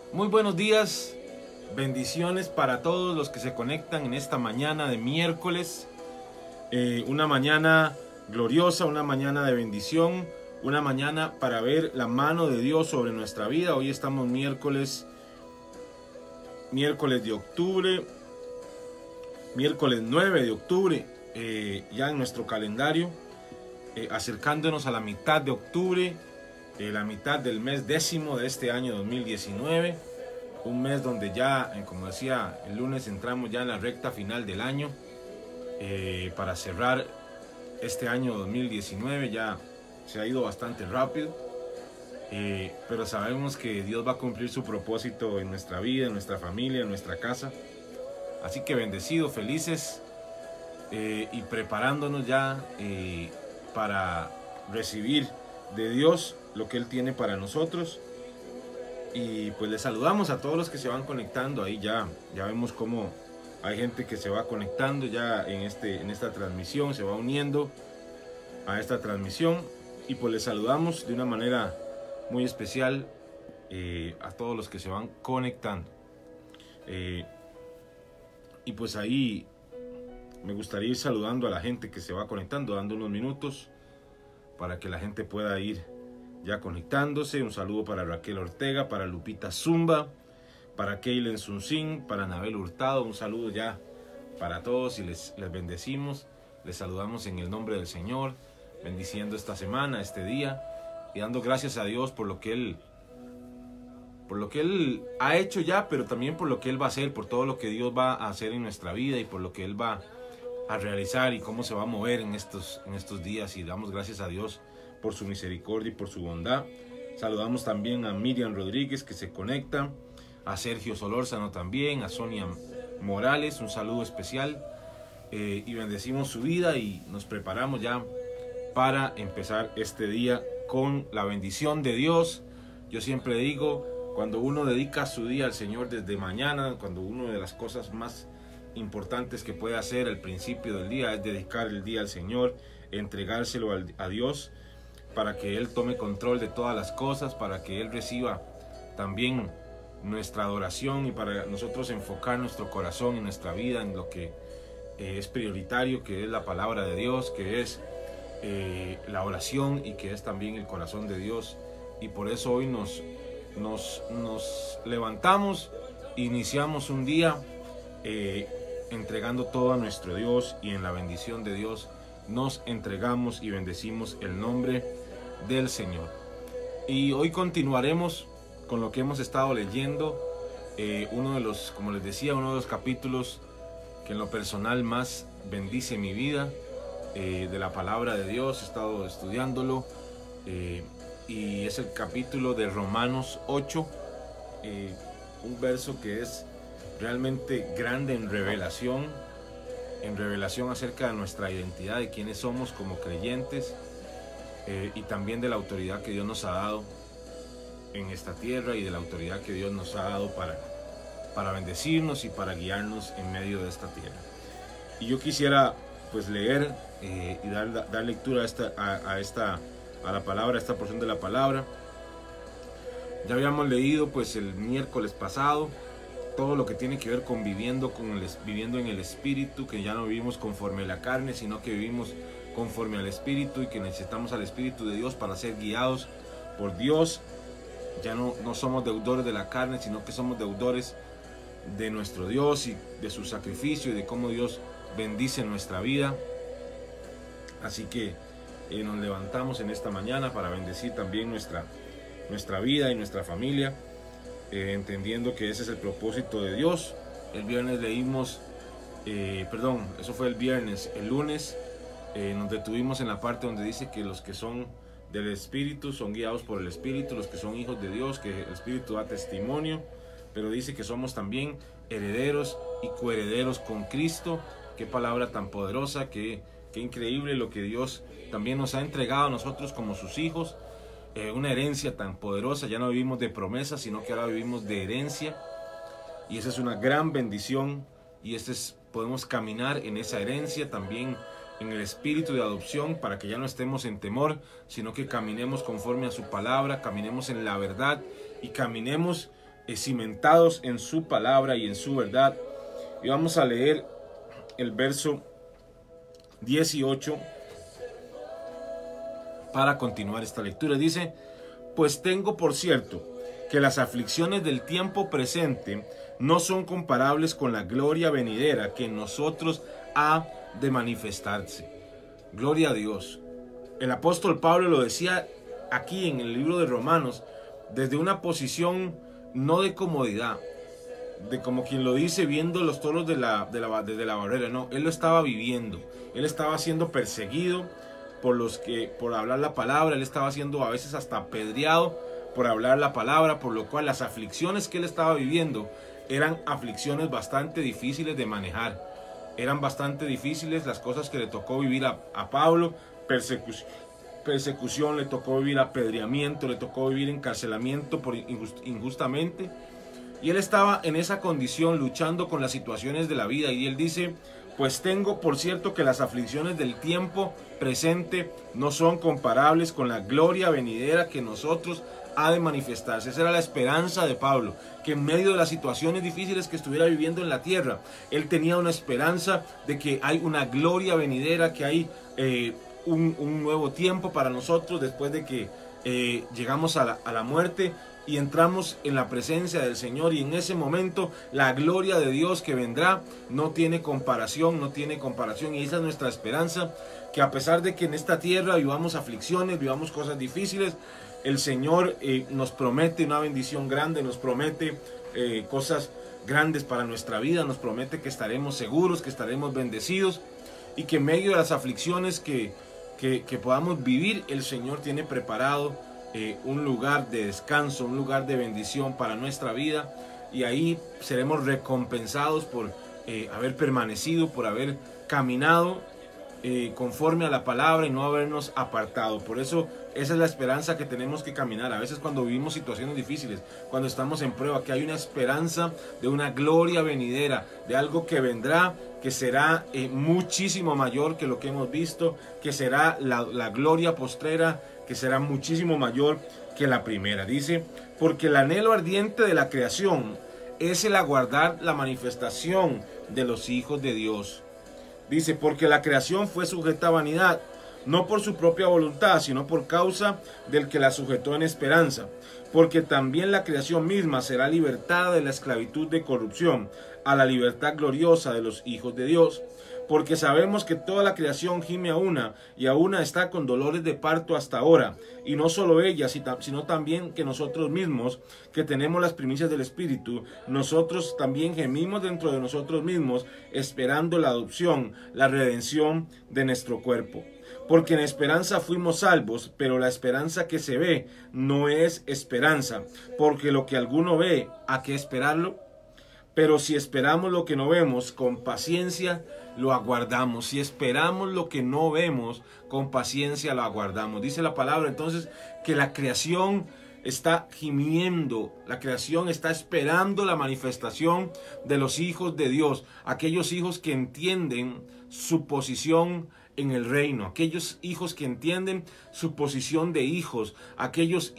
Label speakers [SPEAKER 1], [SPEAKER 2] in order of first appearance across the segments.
[SPEAKER 1] Muy buenos días, bendiciones para todos los que se conectan en esta mañana de miércoles. Una mañana gloriosa, una mañana de bendición, una mañana para ver la mano de Dios sobre nuestra vida. Hoy estamos miércoles de octubre, miércoles 9 de octubre, ya en nuestro calendario, acercándonos a la mitad de octubre. La mitad del mes 10º de este año 2019, un mes donde ya, como decía, el lunes entramos ya en la recta final del año, para cerrar este año 2019. Ya se ha ido bastante rápido, pero sabemos que Dios va a cumplir su propósito en nuestra vida, en nuestra familia, en nuestra casa. Así que bendecidos, felices, y preparándonos ya para recibir de Dios lo que Él tiene para nosotros. Y pues les saludamos a todos los que se van conectando. Ahí ya vemos cómo hay gente que se va conectando ya en esta transmisión, se va uniendo a esta transmisión. Y pues les saludamos de una manera muy especial a todos los que se van conectando. Y pues ahí me gustaría ir saludando a la gente que se va conectando, dando unos minutos para que la gente pueda ir ya conectándose. Un saludo para Raquel Ortega, para Lupita Zumba, para Keilen Sunsin, para Anabel Hurtado. Un saludo ya para todos y les bendecimos. Les saludamos en el nombre del Señor, bendiciendo esta semana, este día, y dando gracias a Dios por lo que Él ha hecho ya, pero también por lo que Él va a hacer, por todo lo que Dios va a hacer en nuestra vida y por lo que Él va a realizar y cómo se va a mover en estos días. Y damos gracias a Dios por su misericordia y por su bondad. Saludamos también a Miriam Rodríguez, que se conecta, a Sergio Solórzano también, a Sonia Morales, un saludo especial, y bendecimos su vida y nos preparamos ya para empezar este día con la bendición de Dios. Yo siempre digo, cuando uno dedica su día al Señor desde mañana, cuando una de las cosas más importantes que puede hacer al principio del día es dedicar el día al Señor, entregárselo a Dios, para que Él tome control de todas las cosas, para que Él reciba también nuestra adoración y para nosotros enfocar nuestro corazón y nuestra vida en lo que es prioritario, que es la palabra de Dios, que es la oración y que es también el corazón de Dios. Y por eso hoy nos levantamos, iniciamos un día entregando todo a nuestro Dios, y en la bendición de Dios nos entregamos y bendecimos el nombre del Señor. Y hoy continuaremos con lo que hemos estado leyendo, uno de los capítulos que en lo personal más bendice mi vida, de la palabra de Dios. He estado estudiándolo, y es el capítulo de Romanos 8, un verso que es realmente grande en revelación acerca de nuestra identidad, de quiénes somos como creyentes, y también de la autoridad que Dios nos ha dado en esta tierra y de la autoridad que Dios nos ha dado para bendecirnos y para guiarnos en medio de esta tierra. Y yo quisiera pues leer y dar lectura a la palabra, a esta porción de la palabra. Ya habíamos leído pues el miércoles pasado todo lo que tiene que ver con viviendo en el Espíritu, que ya no vivimos conforme a la carne, sino que vivimos conforme al Espíritu, y que necesitamos al Espíritu de Dios para ser guiados por Dios. Ya no somos deudores de la carne, sino que somos deudores de nuestro Dios y de su sacrificio y de cómo Dios bendice nuestra vida. Así que nos levantamos en esta mañana para bendecir también nuestra vida y nuestra familia, entendiendo que ese es el propósito de Dios. El viernes leímos, eso fue el viernes. El lunes nos detuvimos en la parte donde dice que los que son del Espíritu son guiados por el Espíritu, los que son hijos de Dios, que el Espíritu da testimonio, pero dice que somos también herederos y coherederos con Cristo. Qué palabra tan poderosa, qué increíble lo que Dios también nos ha entregado a nosotros como sus hijos. Una herencia tan poderosa. Ya no vivimos de promesas, sino que ahora vivimos de herencia, y esa es una gran bendición. Y podemos caminar en esa herencia también en el espíritu de adopción, para que ya no estemos en temor, sino que caminemos conforme a su palabra, caminemos en la verdad y caminemos cimentados en su palabra y en su verdad. Y vamos a leer el verso 18 para continuar esta lectura. Dice: pues tengo por cierto que las aflicciones del tiempo presente no son comparables con la gloria venidera que en nosotros ha de manifestarse. Gloria a Dios. El apóstol Pablo lo decía aquí en el libro de Romanos desde una posición no de comodidad, de como quien lo dice viendo los toros desde la barrera. No, él lo estaba viviendo. Él estaba siendo perseguido por hablar la palabra. Él estaba siendo a veces hasta apedreado por hablar la palabra, por lo cual las aflicciones que él estaba viviendo eran aflicciones bastante difíciles de manejar. Eran bastante difíciles las cosas que le tocó vivir a Pablo: persecución, le tocó vivir apedreamiento, le tocó vivir encarcelamiento injustamente. Y él estaba en esa condición luchando con las situaciones de la vida. Y él dice: pues tengo por cierto que las aflicciones del tiempo presente no son comparables con la gloria venidera que nosotros ha de manifestarse. Esa era la esperanza de Pablo, que en medio de las situaciones difíciles que estuviera viviendo en la tierra, él tenía una esperanza de que hay una gloria venidera, que hay un nuevo tiempo para nosotros después de que llegamos a la muerte y entramos en la presencia del Señor. Y en ese momento la gloria de Dios que vendrá no tiene comparación. Y esa es nuestra esperanza, que a pesar de que en esta tierra vivamos aflicciones, vivamos cosas difíciles, el Señor nos promete una bendición grande, nos promete cosas grandes para nuestra vida, nos promete que estaremos seguros, que estaremos bendecidos, y que en medio de las aflicciones que podamos vivir, el Señor tiene preparado un lugar de descanso, un lugar de bendición para nuestra vida, y ahí seremos recompensados por haber permanecido, por haber caminado conforme a la palabra y no habernos apartado. Por eso esa es la esperanza que tenemos que caminar. A veces cuando vivimos situaciones difíciles, cuando estamos en prueba, que hay una esperanza de una gloria venidera, de algo que vendrá, que será muchísimo mayor que lo que hemos visto, que será la gloria postrera, que será muchísimo mayor que la primera. Dice: porque el anhelo ardiente de la creación es el aguardar la manifestación de los hijos de Dios. Dice: porque la creación fue sujeta a vanidad, no por su propia voluntad, sino por causa del que la sujetó en esperanza. Porque también la creación misma será libertada de la esclavitud de corrupción a la libertad gloriosa de los hijos de Dios. Porque sabemos que toda la creación gime a una, y a una está con dolores de parto hasta ahora. Y no solo ella, sino también que nosotros mismos, que tenemos las primicias del Espíritu, nosotros también gemimos dentro de nosotros mismos, esperando la adopción, la redención de nuestro cuerpo. Porque en esperanza fuimos salvos, pero la esperanza que se ve no es esperanza. Porque lo que alguno ve, ¿a qué esperarlo? Pero si esperamos lo que no vemos, con paciencia lo aguardamos. Si esperamos lo que no vemos, con paciencia lo aguardamos. Dice la palabra entonces que la creación está gimiendo, la creación está esperando la manifestación de los hijos de Dios, aquellos hijos que entienden su posición en el reino, aquellos hijos que entienden su posición de hijos, aquellos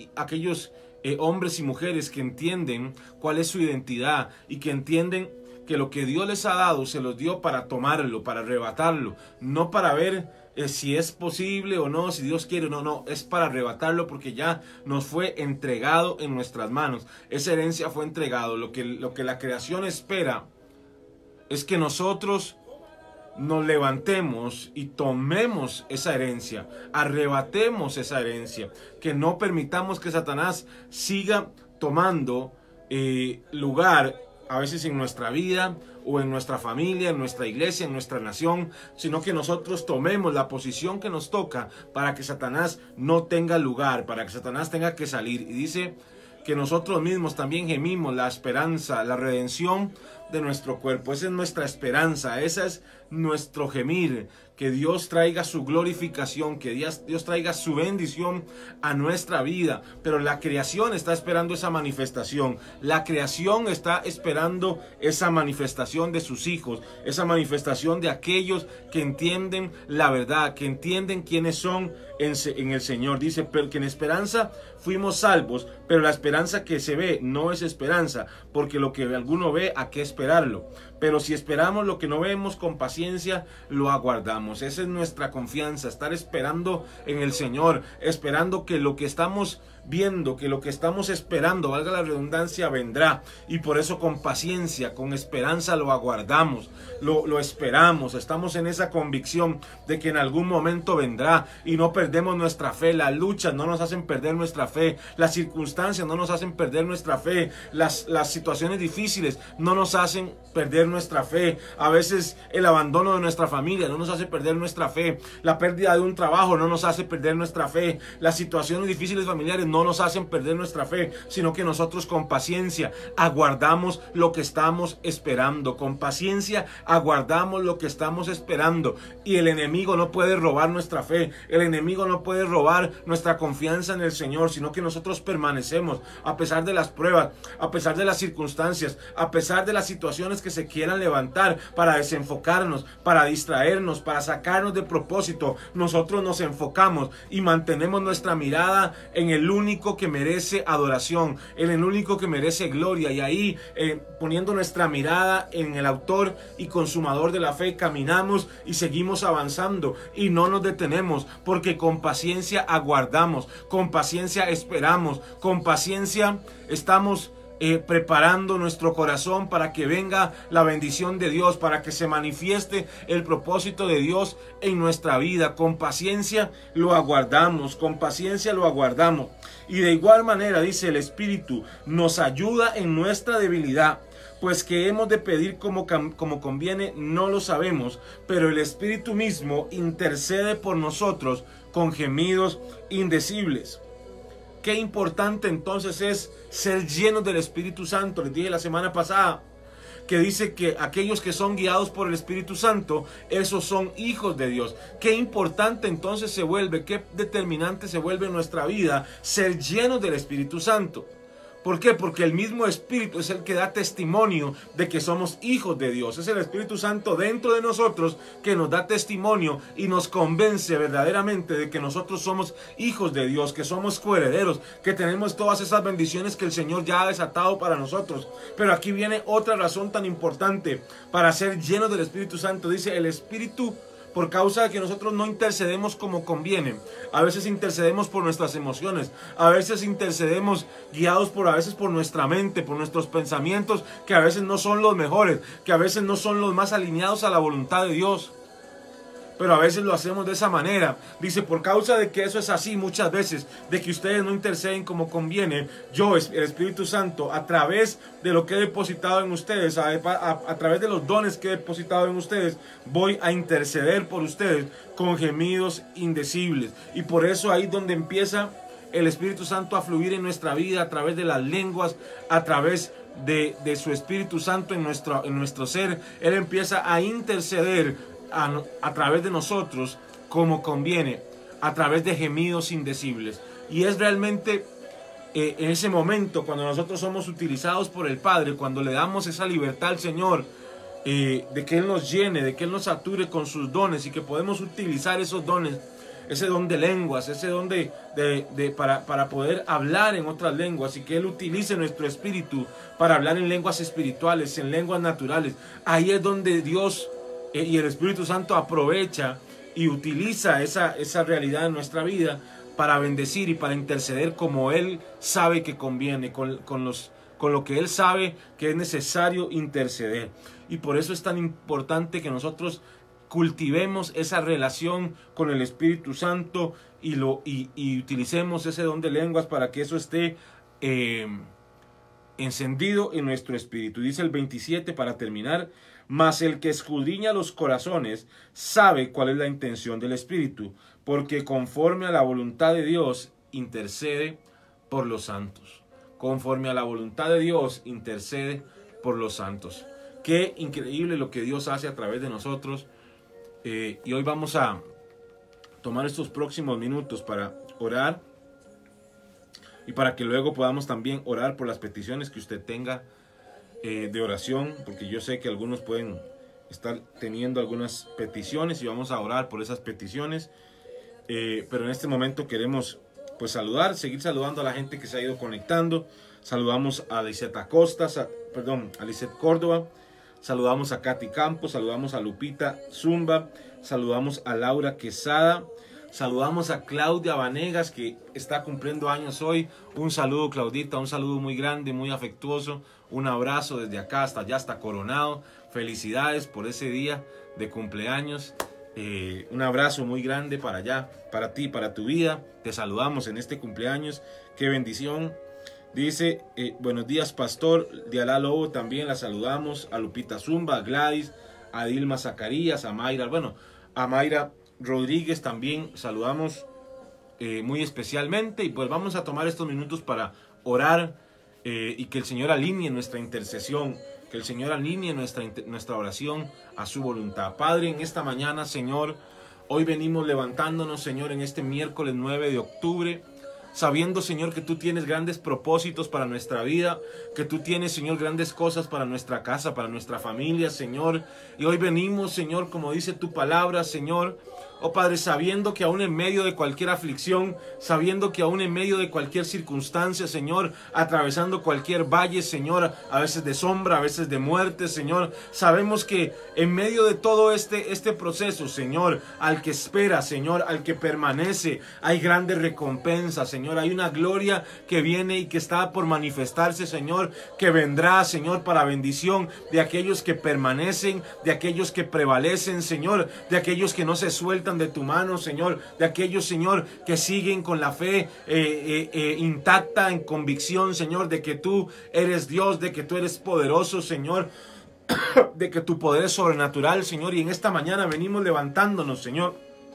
[SPEAKER 1] hombres y mujeres que entienden cuál es su identidad y que entienden que lo que Dios les ha dado se los dio para tomarlo, para arrebatarlo, no para ver si es posible o no, si Dios quiere, no, es para arrebatarlo, porque ya nos fue entregado en nuestras manos. Esa herencia fue entregado. Lo que la creación espera es que nosotros nos levantemos y tomemos esa herencia, arrebatemos esa herencia, que no permitamos que Satanás siga tomando lugar a veces en nuestra vida o en nuestra familia, en nuestra iglesia, en nuestra nación, sino que nosotros tomemos la posición que nos toca para que Satanás no tenga lugar, para que Satanás tenga que salir. Y dice que nosotros mismos también gemimos la esperanza, la redención de nuestro cuerpo. Esa es nuestra esperanza, esa es nuestro gemir, que Dios traiga su glorificación, que Dios traiga su bendición a nuestra vida. Pero la creación está esperando esa manifestación. La creación está esperando esa manifestación de sus hijos, esa manifestación de aquellos que entienden la verdad, que entienden quiénes son en el Señor. Dice, pero que en esperanza fuimos salvos, pero la esperanza que se ve no es esperanza, porque lo que alguno ve, ¿a qué esperarlo? Pero si esperamos lo que no vemos, con paciencia lo aguardamos. Esa es nuestra confianza, estar esperando en el Señor, esperando que lo que estamos viendo, que lo que estamos esperando, valga la redundancia, vendrá. Y por eso con paciencia, con esperanza lo aguardamos, lo esperamos. Estamos en esa convicción de que en algún momento vendrá y no perdemos nuestra fe. Las luchas no nos hacen perder nuestra fe, las circunstancias no nos hacen perder nuestra fe, las situaciones difíciles no nos hacen perder nuestra fe. A veces el abandono de nuestra familia no nos hace perder nuestra fe, la pérdida de un trabajo no nos hace perder nuestra fe, las situaciones difíciles familiares no nos hacen perder nuestra fe, sino que nosotros con paciencia aguardamos lo que estamos esperando. Con paciencia aguardamos lo que estamos esperando. Y el enemigo no puede robar nuestra fe, el enemigo no puede robar nuestra confianza en el Señor, sino que nosotros permanecemos a pesar de las pruebas, a pesar de las circunstancias, a pesar de las situaciones que se quieran levantar para desenfocarnos, para distraernos, para sacarnos de propósito. Nosotros nos enfocamos y mantenemos nuestra mirada en el único que merece adoración, en el único que merece gloria. Y ahí, poniendo nuestra mirada en el autor y consumador de la fe, caminamos y seguimos avanzando y no nos detenemos, porque con paciencia aguardamos, con paciencia esperamos, con paciencia estamos preparando nuestro corazón para que venga la bendición de Dios, para que se manifieste el propósito de Dios en nuestra vida. Con paciencia lo aguardamos, con paciencia lo aguardamos. Y de igual manera, dice, el Espíritu nos ayuda en nuestra debilidad, pues que hemos de pedir como conviene no lo sabemos, pero el Espíritu mismo intercede por nosotros con gemidos indecibles. Qué importante entonces es ser llenos del Espíritu Santo. Les dije la semana pasada que dice que aquellos que son guiados por el Espíritu Santo, esos son hijos de Dios. Qué importante entonces se vuelve, qué determinante se vuelve en nuestra vida ser llenos del Espíritu Santo. ¿Por qué? Porque el mismo Espíritu es el que da testimonio de que somos hijos de Dios. Es el Espíritu Santo dentro de nosotros que nos da testimonio y nos convence verdaderamente de que nosotros somos hijos de Dios, que somos coherederos, que tenemos todas esas bendiciones que el Señor ya ha desatado para nosotros. Pero aquí viene otra razón tan importante para ser llenos del Espíritu Santo. Dice, el Espíritu, por causa de que nosotros no intercedemos como conviene. A veces intercedemos por nuestras emociones, a veces intercedemos guiados a veces por nuestra mente, por nuestros pensamientos, que a veces no son los mejores, que a veces no son los más alineados a la voluntad de Dios. Pero a veces lo hacemos de esa manera. Dice, por causa de que eso es así muchas veces, de que ustedes no interceden como conviene, yo, el Espíritu Santo, a través de lo que he depositado en ustedes, a través de los dones que he depositado en ustedes, voy a interceder por ustedes con gemidos indecibles. Y por eso ahí es donde empieza el Espíritu Santo a fluir en nuestra vida, a través de las lenguas, a través de su Espíritu Santo en nuestro ser. Él empieza a interceder a través de nosotros como conviene, a través de gemidos indecibles. Y es realmente en ese momento cuando nosotros somos utilizados por el Padre, cuando le damos esa libertad al Señor, de que Él nos llene, de que Él nos sature con sus dones y que podemos utilizar esos dones, ese don de lenguas, ese don para poder hablar en otras lenguas, y que Él utilice nuestro espíritu para hablar en lenguas espirituales, en lenguas naturales. Ahí es donde Dios y el Espíritu Santo aprovecha y utiliza esa realidad en nuestra vida para bendecir y para interceder como Él sabe que conviene, con lo que Él sabe que es necesario interceder. Y por eso es tan importante que nosotros cultivemos esa relación con el Espíritu Santo y utilicemos ese don de lenguas para que eso esté encendido en nuestro espíritu. Dice el 27 para terminar: mas el que escudriña los corazones sabe cuál es la intención del Espíritu, porque conforme a la voluntad de Dios intercede por los santos. Conforme a la voluntad de Dios intercede por los santos. Qué increíble lo que Dios hace a través de nosotros. Y hoy vamos a tomar estos próximos minutos para orar y para que luego podamos también orar por las peticiones que usted tenga de oración, porque yo sé que algunos pueden estar teniendo algunas peticiones y vamos a orar por esas peticiones. Pero en este momento queremos pues seguir saludando a la gente que se ha ido conectando. Saludamos a Lisette Acosta, a Lisette Córdoba, saludamos a Katy Campos, saludamos a Lupita Zumba, saludamos a Laura Quesada, saludamos a Claudia Vanegas, que está cumpliendo años hoy. Un saludo, Claudita, un saludo muy grande, muy afectuoso, un abrazo desde acá hasta allá, hasta Coronado. Felicidades por ese día de cumpleaños. Un abrazo muy grande para allá, para ti, para tu vida. Te saludamos en este cumpleaños. Qué bendición. Dice, buenos días, pastor. Dialá Lobo también la saludamos. A Lupita Zumba, a Gladys, a Dilma Zacarías, a Mayra. Bueno, a Mayra Rodríguez también saludamos muy especialmente. Y pues vamos a tomar estos minutos para orar y que el Señor alinee nuestra intercesión. Que el Señor alinee nuestra oración a su voluntad. Padre, en esta mañana, Señor, hoy venimos levantándonos, Señor, en este miércoles 9 de octubre, sabiendo, Señor, que tú tienes grandes propósitos para nuestra vida, que tú tienes, Señor, grandes cosas para nuestra casa, para nuestra familia, Señor. Y hoy venimos, Señor, como dice tu palabra, Señor, oh Padre, sabiendo que aún en medio de cualquier aflicción, sabiendo que aún en medio de cualquier circunstancia, Señor, atravesando cualquier valle, Señor, a veces de sombra, a veces de muerte, Señor, sabemos que en medio de todo este proceso, Señor, al que espera, Señor, al que permanece, hay grandes recompensas, Señor, hay una gloria que viene y que está por manifestarse, Señor, que vendrá, Señor, para bendición de aquellos que permanecen, de aquellos que prevalecen, Señor, de aquellos que no se sueltan de tu mano, Señor, de aquellos, Señor, que siguen con la fe intacta, en convicción, Señor, de que tú eres Dios, de que tú eres poderoso, Señor, de que tu poder es sobrenatural, Señor. Y en esta mañana venimos levantándonos, Señor,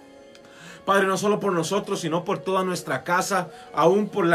[SPEAKER 1] Padre, no solo por nosotros, sino por toda nuestra casa, aún por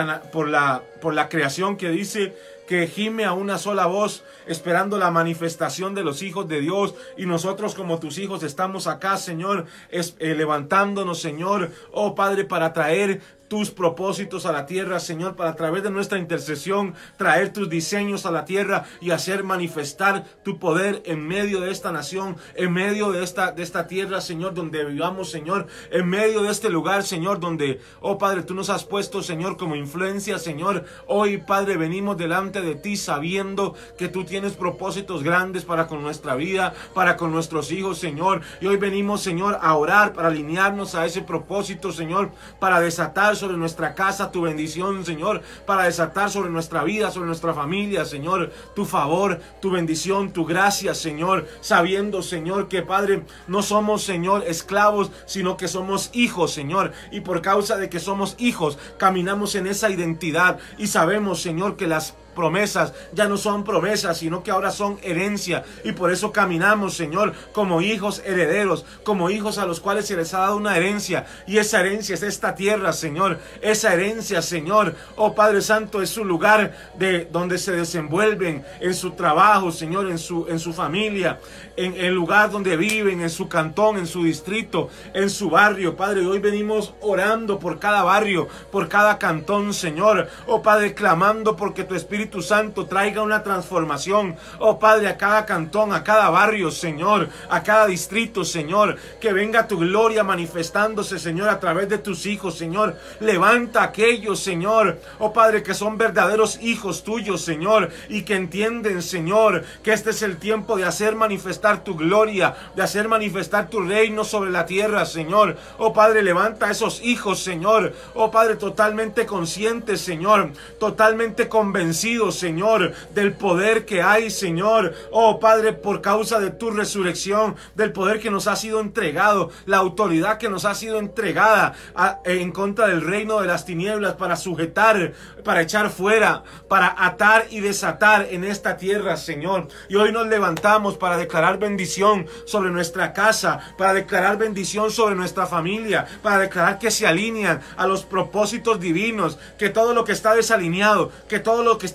[SPEAKER 1] la creación que dice que gime a una sola voz, esperando la manifestación de los hijos de Dios. Y nosotros como tus hijos estamos acá, Señor, levantándonos, Señor, oh Padre, para traer tus propósitos a la tierra, Señor, para a través de nuestra intercesión traer tus diseños a la tierra y hacer manifestar tu poder en medio de esta nación, en medio de esta tierra, Señor, donde vivamos, Señor, en medio de este lugar, Señor, donde, oh Padre, tú nos has puesto, Señor, como influencia, Señor. Hoy, Padre, venimos delante de ti sabiendo que tú tienes propósitos grandes para con nuestra vida, para con nuestros hijos, Señor. Y hoy venimos, Señor, a orar para alinearnos a ese propósito, Señor, para desatar sobre nuestra casa tu bendición, Señor, para desatar sobre nuestra vida, sobre nuestra familia, Señor, tu favor, tu bendición, tu gracia, Señor, sabiendo, Señor, que, Padre, no somos, Señor, esclavos, sino que somos hijos, Señor, y por causa de que somos hijos, caminamos en esa identidad y sabemos, Señor, que las promesas ya no son promesas, sino que ahora son herencia, y por eso caminamos, Señor, como hijos herederos, como hijos a los cuales se les ha dado una herencia, y esa herencia es esta tierra, Señor. Esa herencia, Señor, oh Padre Santo, es su lugar de donde se desenvuelven en su trabajo, Señor, en su familia, en el lugar donde viven, en su cantón, en su distrito, en su barrio, Padre. Y hoy venimos orando por cada barrio, por cada cantón, Señor, oh Padre, clamando porque tu Espíritu Santo traiga una transformación, oh Padre, a cada cantón, a cada barrio, Señor, a cada distrito, Señor, que venga tu gloria manifestándose, Señor, a través de tus hijos, Señor. Levanta a aquellos, Señor, oh Padre, que son verdaderos hijos tuyos, Señor, y que entienden, Señor, que este es el tiempo de hacer manifestar tu gloria, de hacer manifestar tu reino sobre la tierra, Señor. Oh Padre, levanta a esos hijos, Señor, oh Padre, totalmente conscientes, Señor, totalmente convencidos, Señor, del poder que hay, Señor, oh Padre, por causa de tu resurrección, del poder que nos ha sido entregado, la autoridad que nos ha sido entregada en contra del reino de las tinieblas, para sujetar, para echar fuera, para atar y desatar en esta tierra, Señor. Y hoy nos levantamos para declarar bendición sobre nuestra casa, para declarar bendición sobre nuestra familia, para declarar que se alinean a los propósitos divinos, que todo lo que está desalineado, que todo lo que está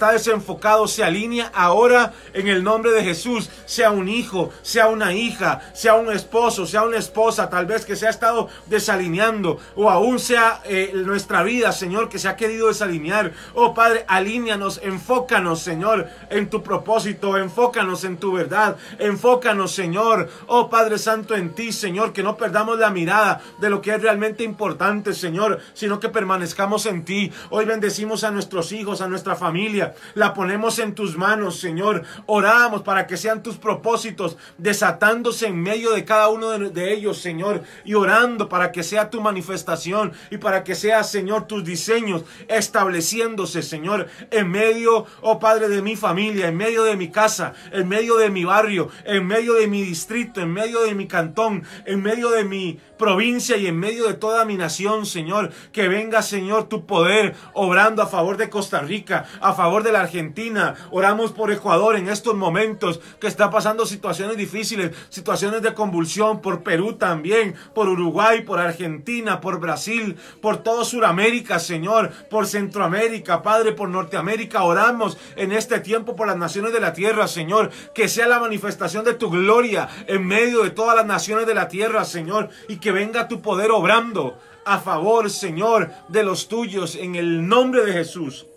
[SPEAKER 1] está desenfocado se alinea ahora en el nombre de Jesús. Sea un hijo, sea una hija, sea un esposo, sea una esposa, tal vez que se ha estado desalineando, o aún sea nuestra vida, Señor, que se ha querido desalinear. Oh Padre, alíneanos, enfócanos, Señor, en tu propósito, enfócanos en tu verdad, enfócanos, Señor, oh Padre Santo, en ti, Señor, que no perdamos la mirada de lo que es realmente importante, Señor, sino que permanezcamos en ti. Hoy bendecimos a nuestros hijos, a nuestra familia, la ponemos en tus manos, Señor. Oramos para que sean tus propósitos desatándose en medio de cada uno de ellos, Señor, y orando para que sea tu manifestación y para que sea, Señor, tus diseños estableciéndose, Señor, en medio, oh Padre, de mi familia, en medio de mi casa, en medio de mi barrio, en medio de mi distrito, en medio de mi cantón, en medio de mi provincia y en medio de toda mi nación, Señor. Que venga, Señor, tu poder obrando a favor de Costa Rica, a favor de la Argentina. Oramos por Ecuador en estos momentos que está pasando situaciones difíciles, situaciones de convulsión, por Perú también, por Uruguay, por Argentina, por Brasil, por todo Sudamérica, Señor, por Centroamérica, Padre, por Norteamérica. Oramos en este tiempo por las naciones de la tierra, Señor, que sea la manifestación de tu gloria en medio de todas las naciones de la tierra, Señor, y que venga tu poder obrando a favor, Señor, de los tuyos, en el nombre de Jesús.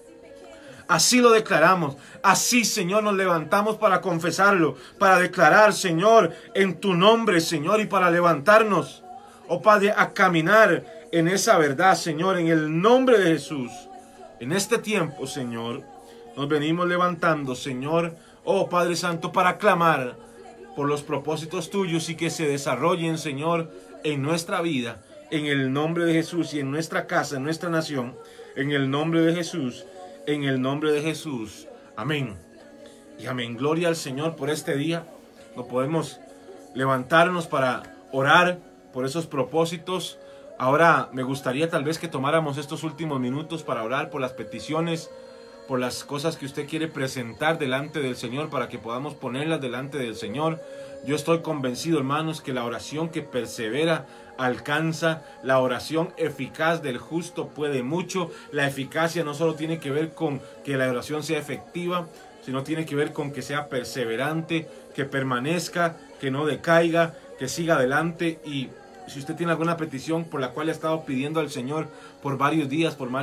[SPEAKER 1] Así lo declaramos, así, Señor, nos levantamos para confesarlo, para declarar, Señor, en tu nombre, Señor, y para levantarnos, oh Padre, a caminar en esa verdad, Señor, en el nombre de Jesús. En este tiempo, Señor, nos venimos levantando, Señor, oh Padre Santo, para clamar por los propósitos tuyos y que se desarrollen, Señor, en nuestra vida, en el nombre de Jesús, y en nuestra casa, en nuestra nación, en el nombre de Jesús, en el nombre de Jesús. Amén. Y amén. Gloria al Señor por este día. No podemos levantarnos para orar por esos propósitos. Ahora me gustaría tal vez que tomáramos estos últimos minutos para orar por las peticiones, por las cosas que usted quiere presentar delante del Señor, para que podamos ponerlas delante del Señor. Yo estoy convencido, hermanos, que la oración que persevera alcanza. La oración eficaz del justo puede mucho. La eficacia no solo tiene que ver con que la oración sea efectiva, sino tiene que ver con que sea perseverante, que permanezca, que no decaiga, que siga adelante. Y si usted tiene alguna petición por la cual ha estado pidiendo al Señor por varios días, por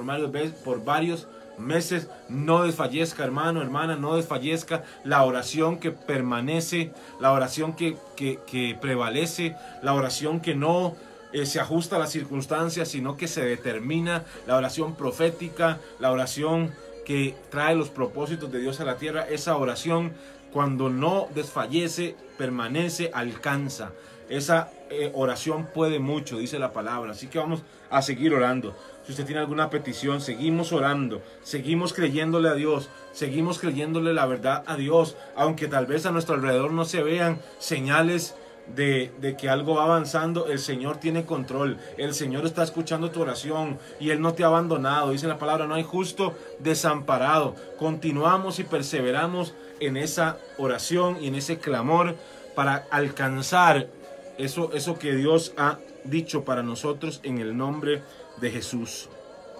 [SPEAKER 1] varios meses, no desfallezca, hermano, hermana, no desfallezca. La oración que permanece, la oración que prevalece, la oración que no se ajusta a las circunstancias, sino que se determina, la oración profética, la oración que trae los propósitos de Dios a la tierra. Esa oración, cuando no desfallece, permanece, alcanza. Esa oración puede mucho, dice la palabra. Así que vamos a seguir orando. Si usted tiene alguna petición, seguimos orando, seguimos creyéndole a Dios, seguimos creyéndole la verdad a Dios, aunque tal vez a nuestro alrededor no se vean señales de que algo va avanzando. El Señor tiene control, el Señor está escuchando tu oración y Él no te ha abandonado. Dice la palabra, no hay justo desamparado. Continuamos y perseveramos en esa oración y en ese clamor para alcanzar eso que Dios ha dicho para nosotros, en el nombre de Jesús.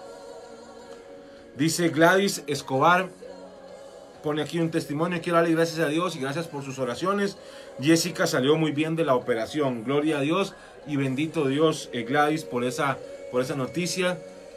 [SPEAKER 1] Dice Gladys Escobar, pone aquí un testimonio: quiero darle gracias a Dios y gracias por sus oraciones. Jessica salió muy bien de la operación, gloria a Dios y bendito Dios, Gladys, por esa noticia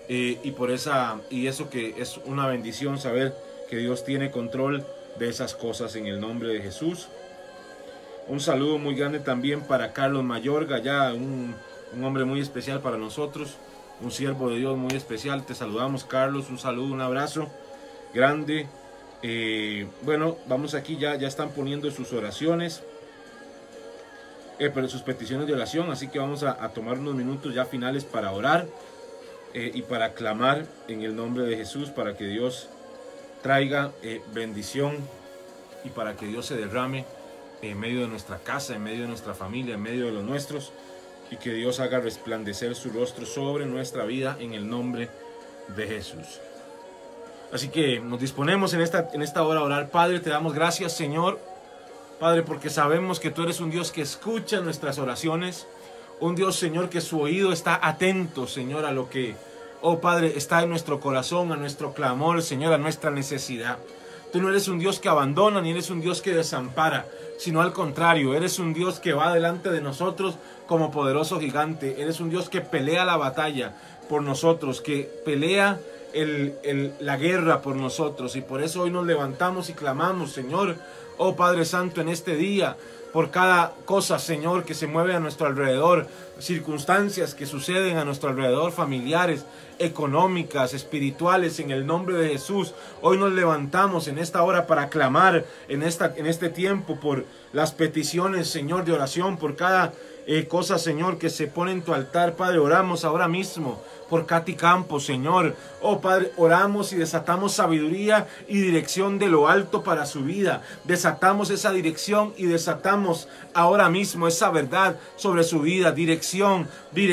[SPEAKER 1] y eso que es una bendición saber que Dios tiene control de esas cosas, en el nombre de Jesús. Un saludo muy grande también para Carlos Mayorga, ya un hombre muy especial para nosotros, un siervo de Dios muy especial. Te saludamos, Carlos, un saludo, un abrazo grande. Bueno, vamos aquí, ya están poniendo sus oraciones, pero sus peticiones de oración, así que vamos a tomar unos minutos ya finales para orar y para clamar en el nombre de Jesús, para que Dios traiga bendición y para que Dios se derrame en medio de nuestra casa, en medio de nuestra familia, en medio de los nuestros, y que Dios haga resplandecer su rostro sobre nuestra vida en el nombre de Jesús. Así que nos disponemos en esta hora a orar. Padre, te damos gracias, Señor, Padre, porque sabemos que tú eres un Dios que escucha nuestras oraciones, un Dios, Señor, que su oído está atento, Señor, a lo que, oh Padre, está en nuestro corazón, a nuestro clamor, Señor, a nuestra necesidad. Tú no eres un Dios que abandona, ni eres un Dios que desampara, sino al contrario, eres un Dios que va delante de nosotros como poderoso gigante. Eres un Dios que pelea la batalla por nosotros, que pelea la guerra por nosotros. Y por eso hoy nos levantamos y clamamos, Señor, oh Padre Santo, en este día, por cada cosa, Señor, que se mueve a nuestro alrededor, circunstancias que suceden a nuestro alrededor, familiares, económicas, espirituales, en el nombre de Jesús. Hoy nos levantamos en esta hora para clamar en este tiempo por las peticiones, Señor, de oración, por cada cosa, Señor, que se pone en tu altar. Padre, oramos ahora mismo por Katy Campos, Señor. Oh Padre, oramos y desatamos sabiduría y dirección de lo alto para su vida. Desatamos esa dirección y desatamos ahora mismo esa verdad sobre su vida. Dirección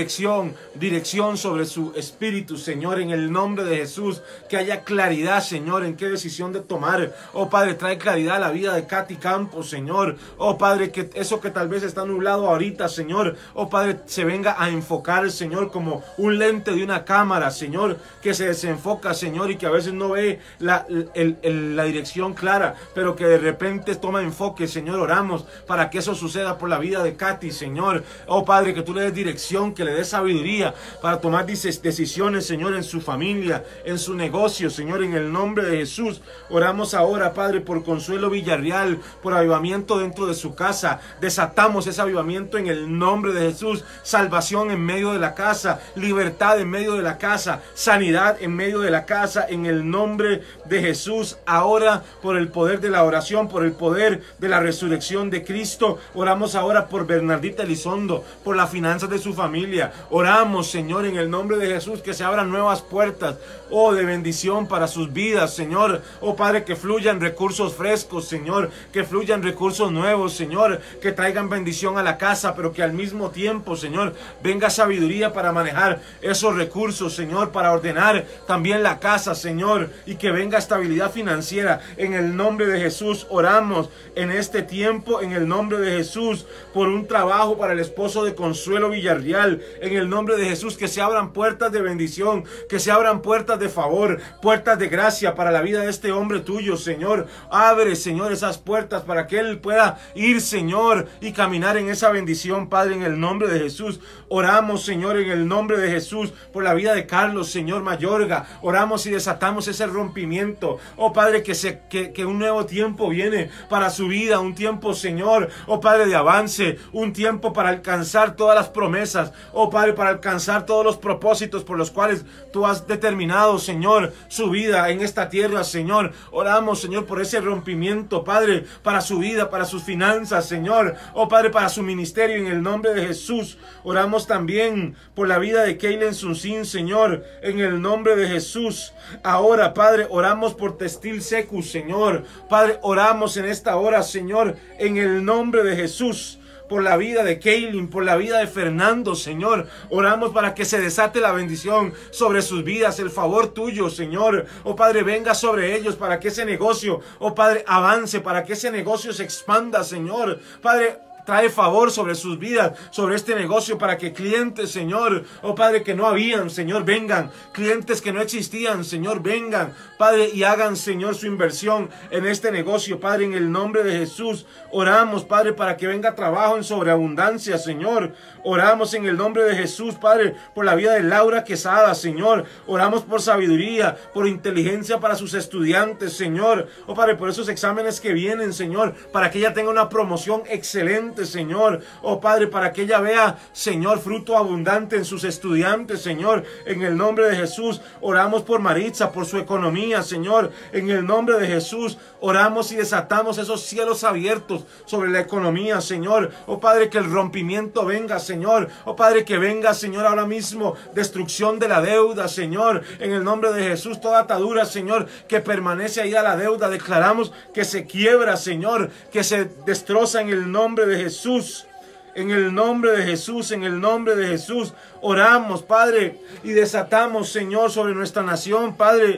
[SPEAKER 1] sobre su espíritu, Señor, en el nombre de Jesús. Que haya claridad, Señor, en qué decisión de tomar. Oh Padre, trae claridad a la vida de Katy Campos, Señor. Oh Padre, que eso que tal vez está nublado ahorita, Señor, oh Padre, se venga a enfocar, Señor, como un lente de una cámara, Señor, que se desenfoca, Señor, y que a veces no ve la dirección clara, pero que de repente toma enfoque, Señor. Oramos para que eso suceda por la vida de Katy, Señor. Oh Padre, que tú le des dirección, que le des sabiduría para tomar decisiones, Señor, en su familia, en su negocio, Señor, en el nombre de Jesús. Oramos ahora, Padre, por Consuelo Villarreal, por avivamiento dentro de su casa. Desatamos ese avivamiento en el nombre de Jesús. Salvación en medio de la casa, libertad en medio de la casa, sanidad en medio de la casa, en el nombre de Jesús. Ahora, por el poder de la oración, por el poder de la resurrección de Cristo, oramos ahora por Bernardita Elizondo, por las finanzas de su familia. Oramos, Señor, en el nombre de Jesús, que se abran nuevas puertas, oh, de bendición para sus vidas, Señor. Oh Padre, que fluyan recursos frescos, Señor, que fluyan recursos nuevos, Señor, que traigan bendición a la casa, pero que al mismo tiempo, Señor, venga sabiduría para manejar esos recursos, Señor, para ordenar también la casa, Señor, y que venga estabilidad financiera. En el nombre de Jesús oramos en este tiempo, en el nombre de Jesús, por un trabajo para el esposo de Consuelo Villarreal. En el nombre de Jesús, que se abran puertas de bendición, que se abran puertas de favor, puertas de gracia para la vida de este hombre tuyo, Señor. Abre, Señor, esas puertas para que él pueda ir, Señor, y caminar en esa bendición, Padre, en el nombre de Jesús. Oramos, Señor, en el nombre de Jesús, por la vida de Carlos, Señor, Mayorga. Oramos y desatamos ese rompimiento. Oh Padre, que un nuevo tiempo viene para su vida, un tiempo, Señor, oh Padre, de avance, un tiempo para alcanzar todas las promesas, oh Padre, para alcanzar todos los propósitos por los cuales tú has determinado, Señor, su vida en esta tierra, Señor. Oramos, Señor, por ese rompimiento, Padre, para su vida, para sus finanzas, Señor, oh Padre, para su ministerio, en el nombre de Jesús. Oramos también por la vida de Kaylen Sunsin, Señor, en el nombre de Jesús. Ahora, Padre, oramos por Textil Secus, Señor. Padre, oramos en esta hora, Señor, en el nombre de Jesús, por la vida de Kaylin, por la vida de Fernando, Señor. Oramos para que se desate la bendición sobre sus vidas, el favor tuyo, Señor. Oh Padre, venga sobre ellos para que ese negocio, oh Padre, avance, para que ese negocio se expanda, Señor. Padre, trae favor sobre sus vidas, sobre este negocio, para que clientes, Señor, oh Padre, que no habían, Señor, vengan. Clientes que no existían, Señor, vengan, Padre, y hagan, Señor, su inversión en este negocio, Padre, en el nombre de Jesús. Oramos, Padre, para que venga trabajo en sobreabundancia, Señor. Oramos en el nombre de Jesús, Padre, por la vida de Laura Quesada, Señor. Oramos por sabiduría, por inteligencia para sus estudiantes, Señor. Oh Padre, por esos exámenes que vienen, Señor, para que ella tenga una promoción excelente, Señor. Oh Padre, para que ella vea, Señor, fruto abundante en sus estudiantes, Señor, en el nombre de Jesús. Oramos por Maritza, por su economía, Señor, en el nombre de Jesús. Oramos y desatamos esos cielos abiertos sobre la economía, Señor. Oh Padre, que el rompimiento venga, Señor. Oh Padre, que venga, Señor, ahora mismo destrucción de la deuda, Señor, en el nombre de Jesús. Toda atadura, Señor, que permanece ahí a la deuda, declaramos que se quiebra, Señor, que se destroza en el nombre de Jesús. En el nombre de Jesús, en el nombre de Jesús, oramos, Padre, y desatamos, Señor, sobre nuestra nación, Padre.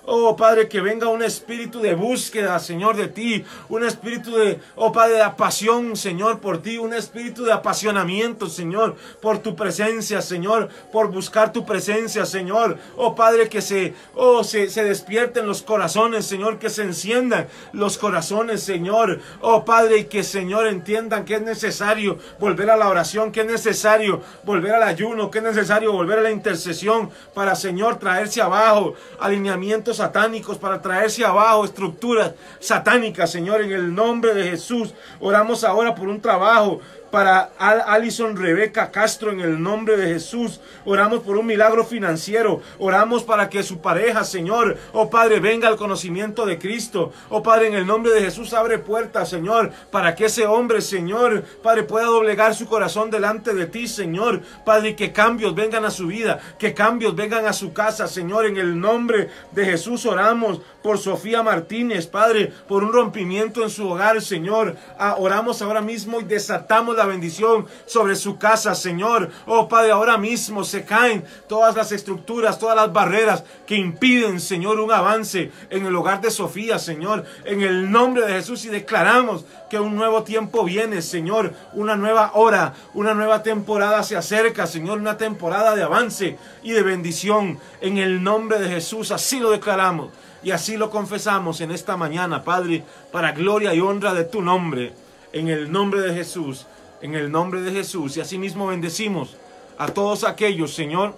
[SPEAKER 1] Oh Padre, que venga un espíritu de búsqueda, Señor, de ti. Un espíritu de, oh Padre, de pasión, Señor, por ti. Un espíritu de apasionamiento, Señor, por tu presencia, Señor, por buscar tu presencia, Señor. Oh Padre, que se despierten los corazones, Señor, que se enciendan los corazones, Señor. Oh Padre, y que, Señor, entiendan que es necesario volver a la oración, que es necesario volver al ayuno, que es necesario volver a la intercesión para, Señor, traerse abajo alineamientos satánicos, para traerse abajo estructuras satánicas, Señor, en el nombre de Jesús. Oramos ahora por un trabajo para Alison Rebeca Castro, en el nombre de Jesús. Oramos por un milagro financiero. Oramos para que su pareja, Señor, oh Padre, venga al conocimiento de Cristo. Oh Padre, en el nombre de Jesús, abre puertas, Señor, para que ese hombre, Señor, Padre, pueda doblegar su corazón delante de ti, Señor. Padre, y que cambios vengan a su vida, que cambios vengan a su casa, Señor. En el nombre de Jesús oramos por Sofía Martínez, Padre, por un rompimiento en su hogar, Señor. Oramos ahora mismo y desatamos la bendición sobre su casa, Señor. Oh Padre, ahora mismo se caen todas las estructuras, todas las barreras que impiden, Señor, un avance en el hogar de Sofía, Señor, en el nombre de Jesús. Y declaramos que un nuevo tiempo viene, Señor, una nueva hora, una nueva temporada se acerca, Señor, una temporada de avance y de bendición, en el nombre de Jesús. Así lo declaramos y así lo confesamos en esta mañana, Padre, para gloria y honra de tu nombre, en el nombre de Jesús, en el nombre de Jesús. Y asimismo bendecimos a todos aquellos, Señor,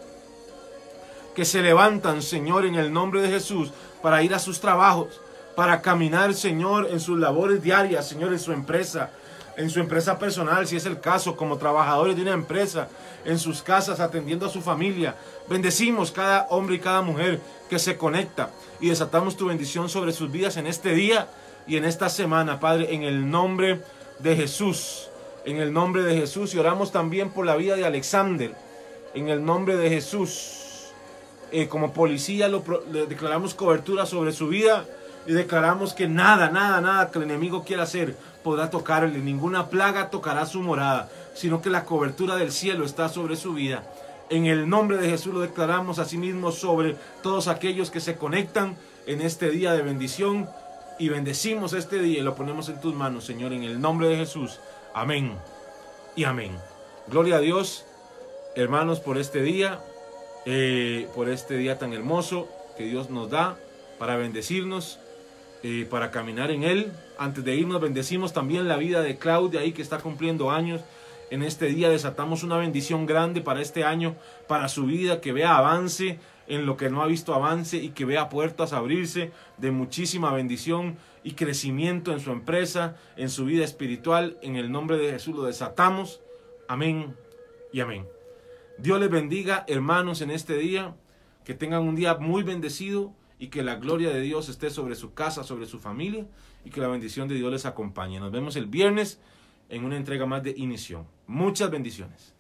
[SPEAKER 1] que se levantan, Señor, en el nombre de Jesús, para ir a sus trabajos, para caminar, Señor, en sus labores diarias, Señor, en su empresa personal, si es el caso, como trabajadores de una empresa, en sus casas, atendiendo a su familia. Bendecimos cada hombre y cada mujer que se conecta y desatamos tu bendición sobre sus vidas en este día y en esta semana, Padre, en el nombre de Jesús. En el nombre de Jesús. Y oramos también por la vida de Alexander, en el nombre de Jesús. Como policía le declaramos cobertura sobre su vida y declaramos que nada que el enemigo quiera hacer podrá tocarle. Ninguna plaga tocará su morada, sino que la cobertura del cielo está sobre su vida. En el nombre de Jesús lo declaramos asimismo sobre todos aquellos que se conectan en este día de bendición, y bendecimos este día y lo ponemos en tus manos, Señor, en el nombre de Jesús. Amén y amén. Gloria a Dios, hermanos, por este día tan hermoso que Dios nos da para bendecirnos, para caminar en Él. Antes de irnos, bendecimos también la vida de Claudia, ahí que está cumpliendo años. En este día desatamos una bendición grande para este año, para su vida, que vea avance en lo que no ha visto avance y que vea puertas abrirse de muchísima bendición y crecimiento en su empresa, en su vida espiritual. En el nombre de Jesús lo desatamos. Amén y amén. Dios les bendiga, hermanos, en este día. Que tengan un día muy bendecido y que la gloria de Dios esté sobre su casa, sobre su familia, y que la bendición de Dios les acompañe. Nos vemos el viernes en una entrega más de Inición. Muchas bendiciones.